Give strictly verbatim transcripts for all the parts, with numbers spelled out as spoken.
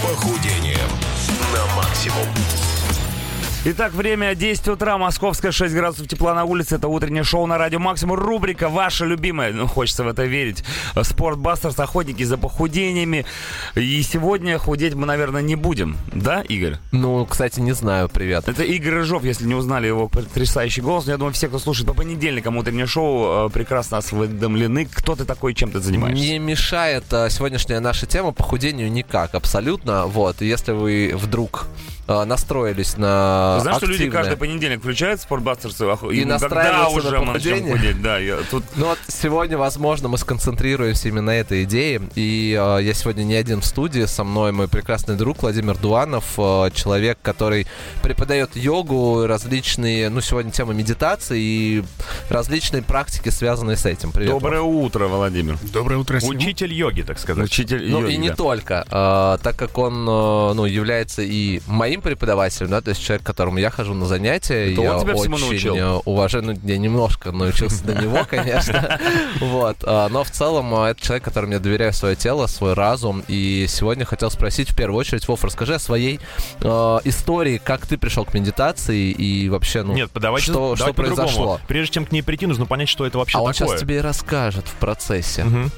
похудением на максимум. Итак, время десять утра, московская, шесть градусов тепла на улице. Это утреннее шоу на радио Максимум. Рубрика ваша любимая, ну, хочется в это верить. Спортбастерс, охотники за похудениями. И сегодня худеть мы, наверное, не будем. Да, Игорь? Ну, кстати, не знаю, привет. Это Игорь Рыжов, если не узнали его потрясающий голос. Но я думаю, все, кто слушает по понедельникам утреннее шоу, прекрасно осведомлены. Кто ты такой, чем ты занимаешься? Не мешает а, сегодняшняя наша тема похудению никак, абсолютно. Вот, и если вы вдруг а, настроились на Ты знаешь, активное... что люди каждый понедельник включают Спортбастерс и, и настраиваются уже на похудение? Худеть? Да, я тут... Ну вот сегодня, возможно, мы сконцентрируемся именно на этой идее. И э, я сегодня не один в студии. Со мной мой прекрасный друг Владимир Дуанов, э, человек, который преподает йогу, различные, ну, сегодня тема медитации и различные практики, связанные с этим. Привет. Доброе утро, Владимир. Доброе утро, Сим. Учитель йоги, так сказать. Учитель Ну йоги, и не да. только, э, так как он э, ну, является и моим преподавателем, да, то есть человек, к которому я хожу на занятия. Это я он тебя всему очень научил? уважаю, ну, я немножко научился до него, конечно, вот, но в целом это человек, которому я доверяю свое тело, свой разум, и сегодня хотел спросить в первую очередь, Вов, расскажи о своей э, истории, как ты пришел к медитации и вообще, ну, Нет, давайте, что, давайте что произошло. по-другому. Прежде чем к ней прийти, нужно понять, что это вообще А он такое. сейчас тебе и расскажет в процессе. Мгм.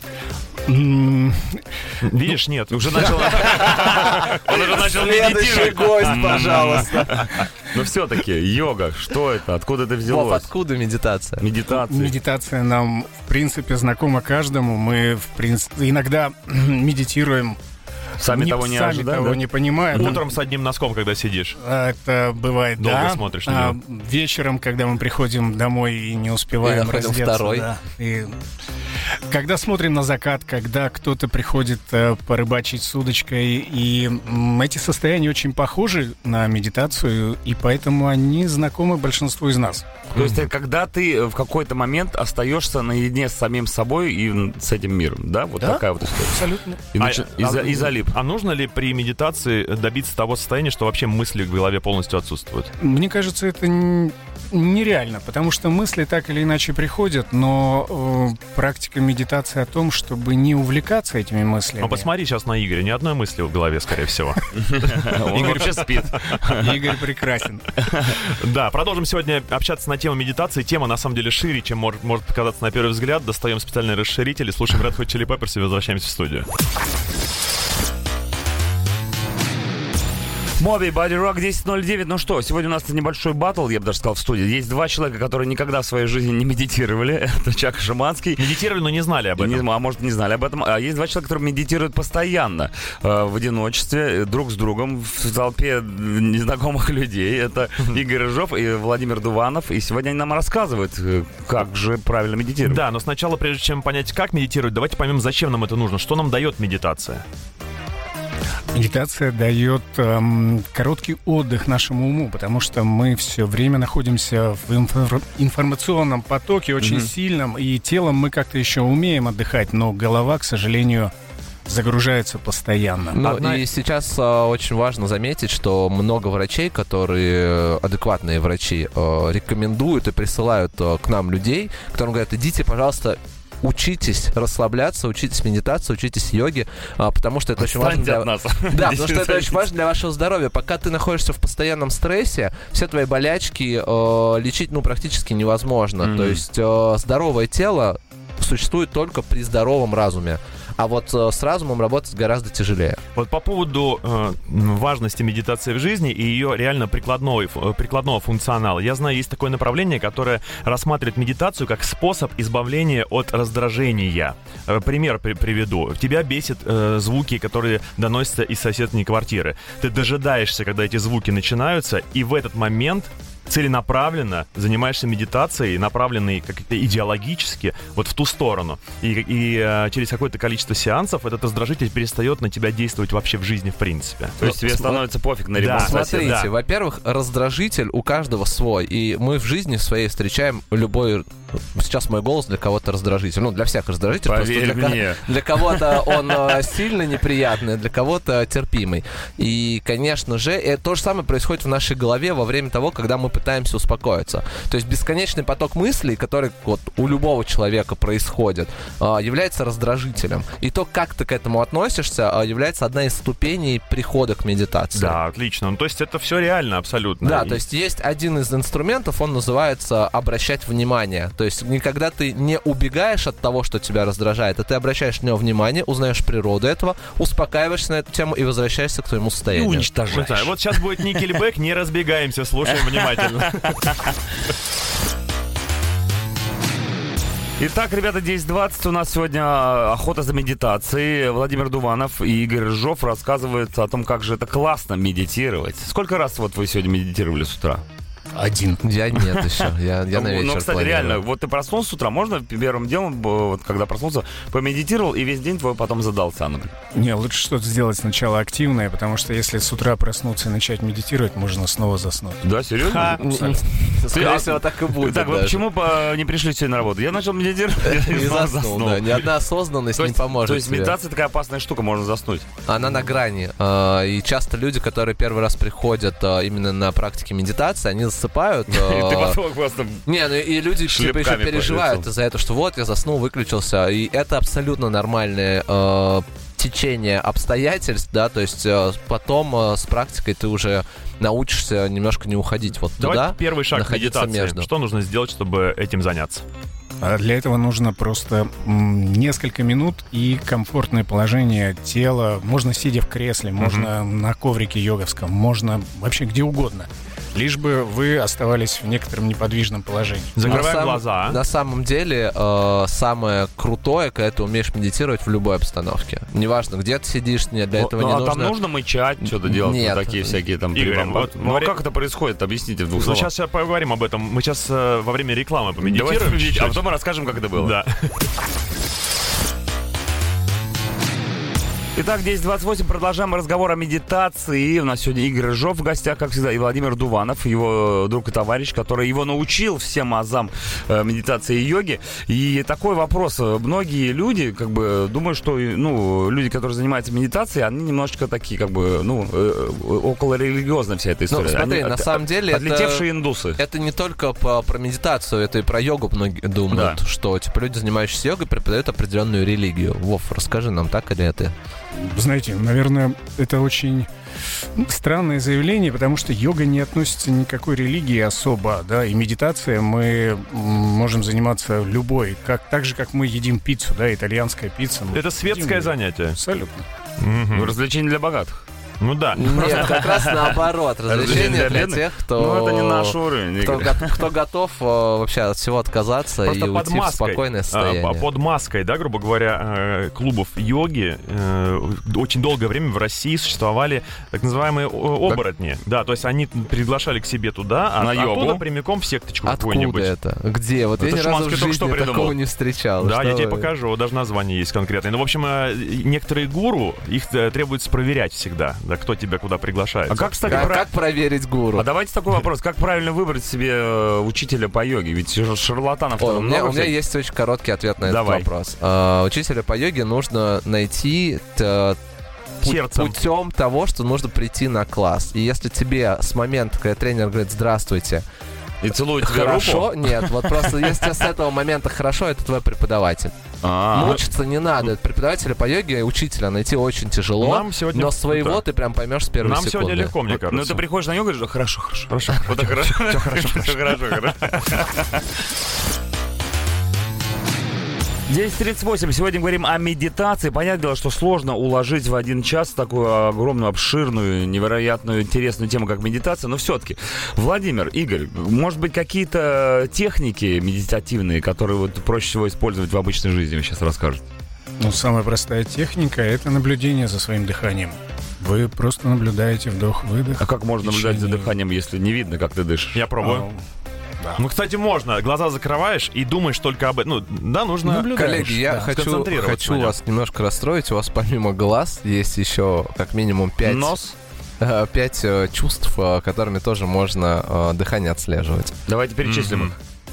М, Видишь, нет. Уже начал... Он уже начал Следующий медитировать. гость, пожалуйста. Но все-таки йога, что это? Откуда это Вов, взялось? откуда медитация? Медитация. Медитация нам, в принципе, знакома каждому. Мы, в принципе, иногда медитируем, Сами не, того не сами ожидали, того да? не понимая. Утром с одним носком, когда сидишь. Это бывает, Долго да. смотришь на А вечером, когда мы приходим домой и не успеваем И находим раздеться. второй. Да. И когда смотрим на закат, когда кто-то приходит э, порыбачить с удочкой, и м, эти состояния очень похожи на медитацию, и поэтому они знакомы большинству из нас. То есть, э, когда ты в какой-то момент остаешься наедине с самим собой и м, с этим миром, да? Вот Да. такая вот история. Абсолютно. И, А- начи- и а- за- и залип. А нужно ли при медитации добиться того состояния, что вообще мысли в голове полностью отсутствуют? Мне кажется, это н- нереально, потому что мысли так или иначе приходят, но э, практика медитации о том, чтобы не увлекаться этими мыслями. Ну, посмотри сейчас на Игоря, ни одной мысли в голове, скорее всего. Он вообще спит. Игорь прекрасен. Да, продолжим сегодня общаться на тему медитации. Тема, на самом деле, шире, чем может, может показаться на первый взгляд. Достаем специальный расширитель и слушаем Red Hot Chili Peppers и возвращаемся в студию. Моби, Body Rock десять ноль девять. Ну что, сегодня у нас небольшой баттл, я бы даже сказал, в студии. Есть два человека, которые никогда в своей жизни не медитировали. Это Чак Шиманский. Медитировали, но не знали об И не- этом. а может, не знали об этом. А есть два человека, которые медитируют постоянно, э, в одиночестве, э, друг с другом, в толпе незнакомых людей. Это Игорь Рыжов и Владимир Дуанов. И сегодня они нам рассказывают, э, как же правильно медитировать. Да, но сначала, прежде чем понять, как медитировать, давайте поймем, зачем нам это нужно. Что нам дает медитация? Медитация дает эм, короткий отдых нашему уму, потому что мы все время находимся в инфор- информационном потоке очень Мгм. сильном, и телом мы как-то еще умеем отдыхать, но голова, к сожалению, загружается постоянно. Ну Одна- и сейчас а, очень важно заметить, что много врачей, которые адекватные врачи, а, рекомендуют и присылают а, к нам людей, которым говорят: идите, пожалуйста, учитесь расслабляться, учитесь медитации, учитесь йоге, а, потому что это очень важно Отстаньте для... от нас. Да, потому что это очень Идите. важно для вашего здоровья. Пока ты находишься в постоянном стрессе, все твои болячки э, лечить, ну, практически невозможно. Мгм. То есть э, здоровое тело существует только при здоровом разуме. А вот э, с разумом работать гораздо тяжелее. Вот по поводу э, важности медитации в жизни и ее реально прикладного, фу- прикладного функционала. Я знаю, есть такое направление, которое рассматривает медитацию как способ избавления от раздражения. Э, пример при- приведу. Тебя бесит э, звуки, которые доносятся из соседней квартиры. Ты дожидаешься, когда эти звуки начинаются, и в этот момент целенаправленно занимаешься медитацией, направленной как-то идеологически вот в ту сторону. И, и э, через какое-то количество сеансов этот раздражитель перестает на тебя действовать вообще в жизни в принципе. То есть тебе Сма- становится пофиг на Да, ремонт соседа. Смотрите, да. во-первых, раздражитель у каждого свой. И мы в жизни своей встречаем любой сейчас мой голос для кого-то раздражитель. Ну, для всех раздражитель. Поверь для, мне. Для кого-то он э, сильно неприятный, для кого-то терпимый. И, конечно же, это то же самое происходит в нашей голове во время того, когда мы пытаемся успокоиться. То есть бесконечный поток мыслей, который вот у любого человека происходит, э, является раздражителем. И то, как ты к этому относишься, э, является одна из ступеней прихода к медитации. Да, отлично. Ну, то есть это все реально абсолютно. Да, И... то есть есть один из инструментов, он называется обращать внимание. То есть никогда ты не убегаешь от того, что тебя раздражает, а ты обращаешь на него внимание, узнаешь природу этого, успокаиваешься на эту тему и возвращаешься к твоему И состоянию. уничтожаешь. Да, вот сейчас будет Никельбэк, не разбегаемся, слушаем внимательно. Итак, ребята, десять двадцать. У нас сегодня охота за медитацией. Владимир Дуванов и Игорь Рыжов рассказывают о том, как же это классно медитировать. Сколько раз вот вы сегодня медитировали с утра? Один. Я нет еще, я, я на вечер Ну, кстати, планирую. реально, вот ты проснулся с утра, можно первым делом, вот, когда проснулся, помедитировал, и весь день твой потом задался, например? Не, лучше что-то сделать сначала активное, потому что если с утра проснуться и начать медитировать, можно снова заснуть. Да, серьезно? М, м, Скорее всего, так и будет. Так, вы даже. почему по- не пришли сегодня на работу? Я начал медитировать, И и снова заснул, заснул. да. Ни одна осознанность То не есть, поможет то есть тебе. медитация такая опасная штука, можно заснуть. Она на грани. э, И часто люди, которые первый раз приходят э, именно на практике медитации, они засыпают. э, И ты потом просто... Не, ну и люди типа еще Шлепками по переживают лицу. из-за этого, что вот я заснул, выключился. И это абсолютно нормальное э, течение обстоятельств, да, то есть э, потом э, с практикой ты уже научишься немножко не уходить вот Давайте туда. первый шаг к находиться медитации. между. Что нужно сделать, чтобы этим заняться? А для этого нужно просто м, несколько минут и комфортное положение тела. Можно сидя в кресле, можно на коврике йоговском, можно вообще где угодно. Лишь бы вы оставались в некотором неподвижном положении. Закрываем На сам- глаза. На самом деле, э, самое крутое, когда ты умеешь медитировать в любой обстановке. Неважно, где ты сидишь, нет, для этого Ну, не а нужно... там нужно мычать, что-то делать, Нет. вот такие всякие там Игорь, прибамбасы. вот Ну, а говоря- как это происходит? Объясните в двух Ну, словах. сейчас поговорим об этом. Мы сейчас э, во время рекламы Давайте помедитируем. победить, а чуть-чуть. потом мы расскажем, как это было. Да. Итак, десять двадцать восемь, продолжаем разговор о медитации. У нас сегодня Игорь Рыжов в гостях, как всегда, и Владимир Дуванов, его друг и товарищ, который его научил всем азам э, медитации и йоги. И такой вопрос. Многие люди, как бы, думают, что, ну, люди, которые занимаются медитацией, они немножечко такие, как бы, ну, э, около религиозная вся эта история. Ну, смотри, Они на от- самом деле это- Отлетевшие индусы. Это не только по, про медитацию, это и про йогу многие думают, Да. что типа люди, занимающиеся йогой, преподают определенную религию. Вов, расскажи нам, так или это? Знаете, наверное, это очень странное заявление, потому что йога не относится ни к какой религии особо, да, и медитация мы м, можем заниматься любой, как, так же, как мы едим пиццу, да, итальянская пицца. мы Это светское едим. занятие. Абсолютно. Мгм. Ну, развлечение для богатых. Ну да. Нет, как раз наоборот. Развлечение для бедных? тех, кто... Ну, это не наш уровень, Кто, Игорь. го- кто готов э, вообще от всего отказаться Просто и под уйти в маской, спокойное а, состояние. под маской, да, грубо говоря, э, клубов йоги э, очень долгое время в России существовали так называемые о- оборотни. Да, то есть они приглашали к себе туда, а На йогу? оттуда прямиком в секточку Откуда какую-нибудь. это? Где? Вот Это я ни разу Шуманский в только жизни что придумал. такого не встречал. Да, Что я тебе вы? покажу, даже название есть конкретное. Ну, в общем, э, некоторые гуру, их э, требуется проверять всегда, да, кто тебя куда приглашает. А как, кстати, Как, про- как проверить гуру? А давайте такой вопрос. Как правильно выбрать себе э, учителя по йоге? Ведь шар- шарлатанов Ой, там у, меня, много у меня всяких. есть очень короткий ответ на Давай. этот вопрос. А, учителя по йоге нужно найти т- пу- Сердцем. путем того, что нужно прийти на класс. И если тебе с момента, когда тренер говорит «здравствуйте», И целует тебе хорошо, руку? нет, вот просто если с этого момента хорошо, это твой преподаватель. А, Мучиться не надо. Преподавателя по йоге и учителя найти очень тяжело, Нам сегодня- но своего да. ты прям поймешь с первой Нам секунды. сегодня легко, мне Ну, кажется. ты приходишь на йогу и говоришь, хорошо, хорошо. Хорошо. Вот так хорошо. Все хорошо, все хорошо. десять тридцать восемь. Сегодня говорим о медитации. Понятное дело, что сложно уложить в один час такую огромную, обширную, невероятную, интересную тему, как медитация. Но все-таки, Владимир, Игорь, может быть, какие-то техники медитативные, которые вот проще всего использовать в обычной жизни, вы сейчас расскажете? Ну, самая простая техника — это наблюдение за своим дыханием. Вы просто наблюдаете вдох-выдох. А как можно наблюдать за Течение. дыханием, если не видно, как ты дышишь? Я пробую. Да. Ну, кстати, можно. Глаза закрываешь и думаешь только об этом. Ну, да, нужно... Наблюдаешь. Коллеги, я Да. хочу, Сконцентрироваться хочу на нем. вас немножко расстроить. У вас помимо глаз есть еще как минимум пять, Нос? э, пять э, чувств, э, которыми тоже можно э, дыхание отслеживать. Давайте перечислим Мгм. их.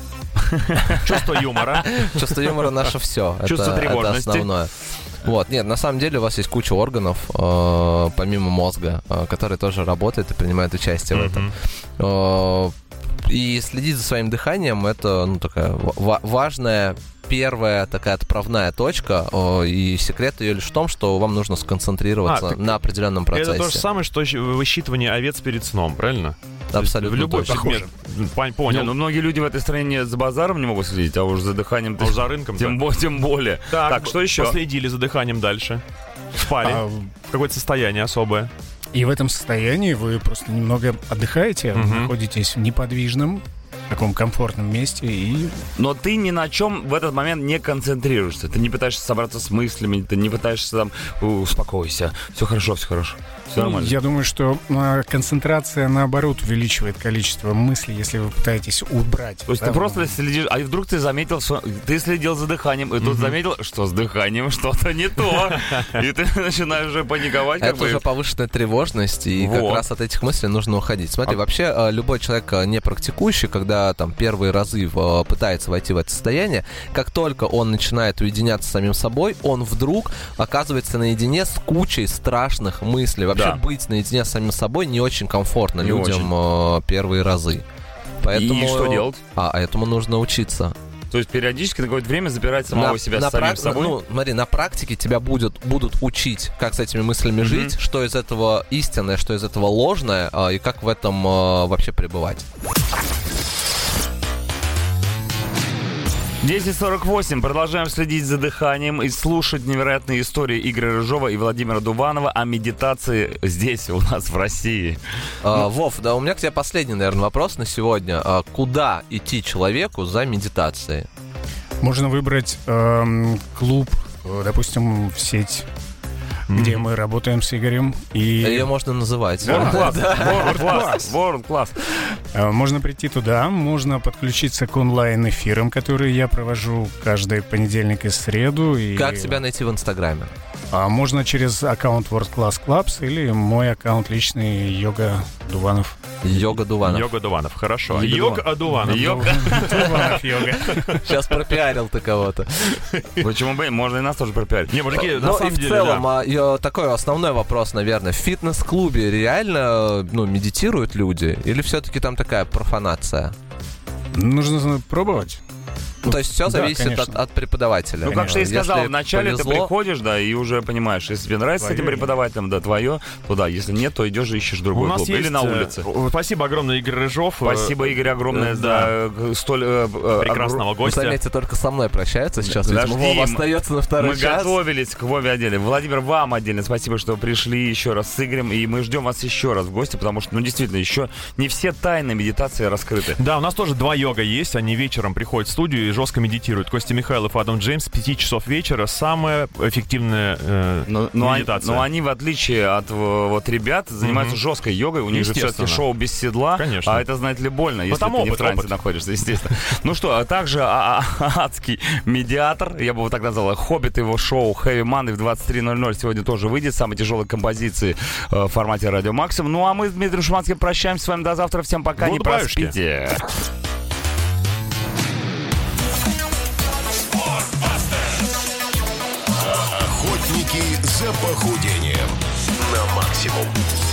Чувство юмора. Чувство юмора наше все. Чувство это, тревожности. Это основное. Вот, нет, на самом деле у вас есть куча органов, э, помимо мозга, э, которые тоже работают и принимают участие в этом. Э, и следить за своим дыханием — это, ну, такая ва- важная первая такая отправная точка, э, и секрет ее лишь в том, что вам нужно сконцентрироваться А, на определенном процессе. Это то же самое, что высчитывание овец перед сном, правильно? Абсолютно В любой точно. предмет. Пон- Понял. Не, ну, многие люди в этой стране с базаром не могут следить, а уж за дыханием... А уж за рынком, тем, да. бо- тем более. Так, Так, что еще? Последили за дыханием дальше. Спали. А, В какое-то состояние особое. И в этом состоянии вы просто немного отдыхаете, Мгм. находитесь в неподвижном, таком комфортном месте и Но ты ни на чем в этот момент не концентрируешься. Ты не пытаешься собраться с мыслями, ты не пытаешься там успокойся. Все хорошо, все хорошо. Все нормально. я думаю, что а, концентрация, наоборот, увеличивает количество мыслей, если вы пытаетесь убрать. То есть да, ты просто следишь, а вдруг ты заметил, что ты следил за дыханием, и тут заметил, что с дыханием что-то не то. И ты начинаешь уже паниковать. как Это бы. уже повышенная тревожность, и Вот. как раз от этих мыслей нужно уходить. Смотри, А- вообще э, любой человек э, не практикующий, когда там первые разы э, пытается войти в это состояние, как только он начинает уединяться с самим собой, он вдруг оказывается наедине с кучей страшных мыслей. Вообще Да. быть наедине с самим собой не очень комфортно Не людям э, первые разы. Поэтому... И что делать? А, а этому нужно учиться. То есть периодически на какое-то время забирать самого себя с самим прак- собой? Ну, смотри, на практике тебя будут, будут учить, как с этими мыслями Мгм. жить, что из этого истинное, что из этого ложное, а, и как в этом а, вообще пребывать. десять сорок восемь. Продолжаем следить за дыханием и слушать невероятные истории Игоря Рыжова и Владимира Дуванова о медитации здесь, у нас в России. А, Вов, да, у меня к тебе последний, наверное, вопрос на сегодня. А, куда идти человеку за медитацией? можно выбрать эм, клуб, э, допустим, в сеть, где мы работаем с Игорем. И Ее можно называть. World Class. World Class. World Class. э, можно прийти туда, можно подключиться к онлайн-эфирам, которые я провожу каждый понедельник и среду. И, Как тебя найти в Инстаграме? а, можно через аккаунт World Class Clubs или мой аккаунт личный Йога Дуванов. Йога Дуванов. Йога Дуванов, хорошо. Йога Йога Дуванов. Йога. Дуванов Йога. Сейчас пропиарил ты кого-то. Почему бы? Можно и нас тоже пропиарить. Не, мужики, на Ну и самом в деле, целом, да. а, я- такой основной вопрос, наверное. В фитнес-клубе реально ну, медитируют люди? Или все-таки там такая профанация? Нужно пробовать. Ну, то есть все Да, зависит от, конечно. от преподавателя. Ну, как ты и Если сказал, вначале ты повезло, приходишь, да, и уже понимаешь, если тебе нравится с этим Твоё. преподавателем, да, твое, то да, если нет, то идешь и ищешь У другой нас клуб. есть, Или на э, улице. э, Спасибо огромное, Игорь Рыжов. э, Спасибо, Игорь, огромное э, за да. э, столь... э, э, прекрасного Вы гостя. заметьте, только со мной прощается сейчас. Подожди, Видимо, Вова мы- остается на второй Мы час. готовились к Вове отдельно. Владимир, вам отдельно спасибо, что пришли еще раз с Игорем. И мы ждем вас еще раз в гости, потому что, ну, действительно, еще не все тайны медитации раскрыты. Да, у нас тоже два йога есть. Они вечером приходят в студию и жестко медитируют. Костя Михайлов и Адам Джеймс с пяти часов вечера. Самая эффективная э, Но, но, они, медитация. но они, в отличие от э, вот ребят, занимаются Мгм. жесткой йогой. У них же все-таки Естественно. шоу без седла. Конечно. А это, знаете ли, больно, если Потому ты не в опыт, трансе опыт. находишься, естественно. Ну что, а также а- а- адский медиатор, я бы его так назвал, Хоббит, его шоу Heavy Monday в двадцать три ноль ноль сегодня тоже выйдет. Самые тяжелые композиции э, в формате Радио Максимум. Ну а мы с Дмитрием Шуманским прощаемся с вами до завтра. Всем пока, не Гудбаюшки. проспите. Охотники за похудением на максимум.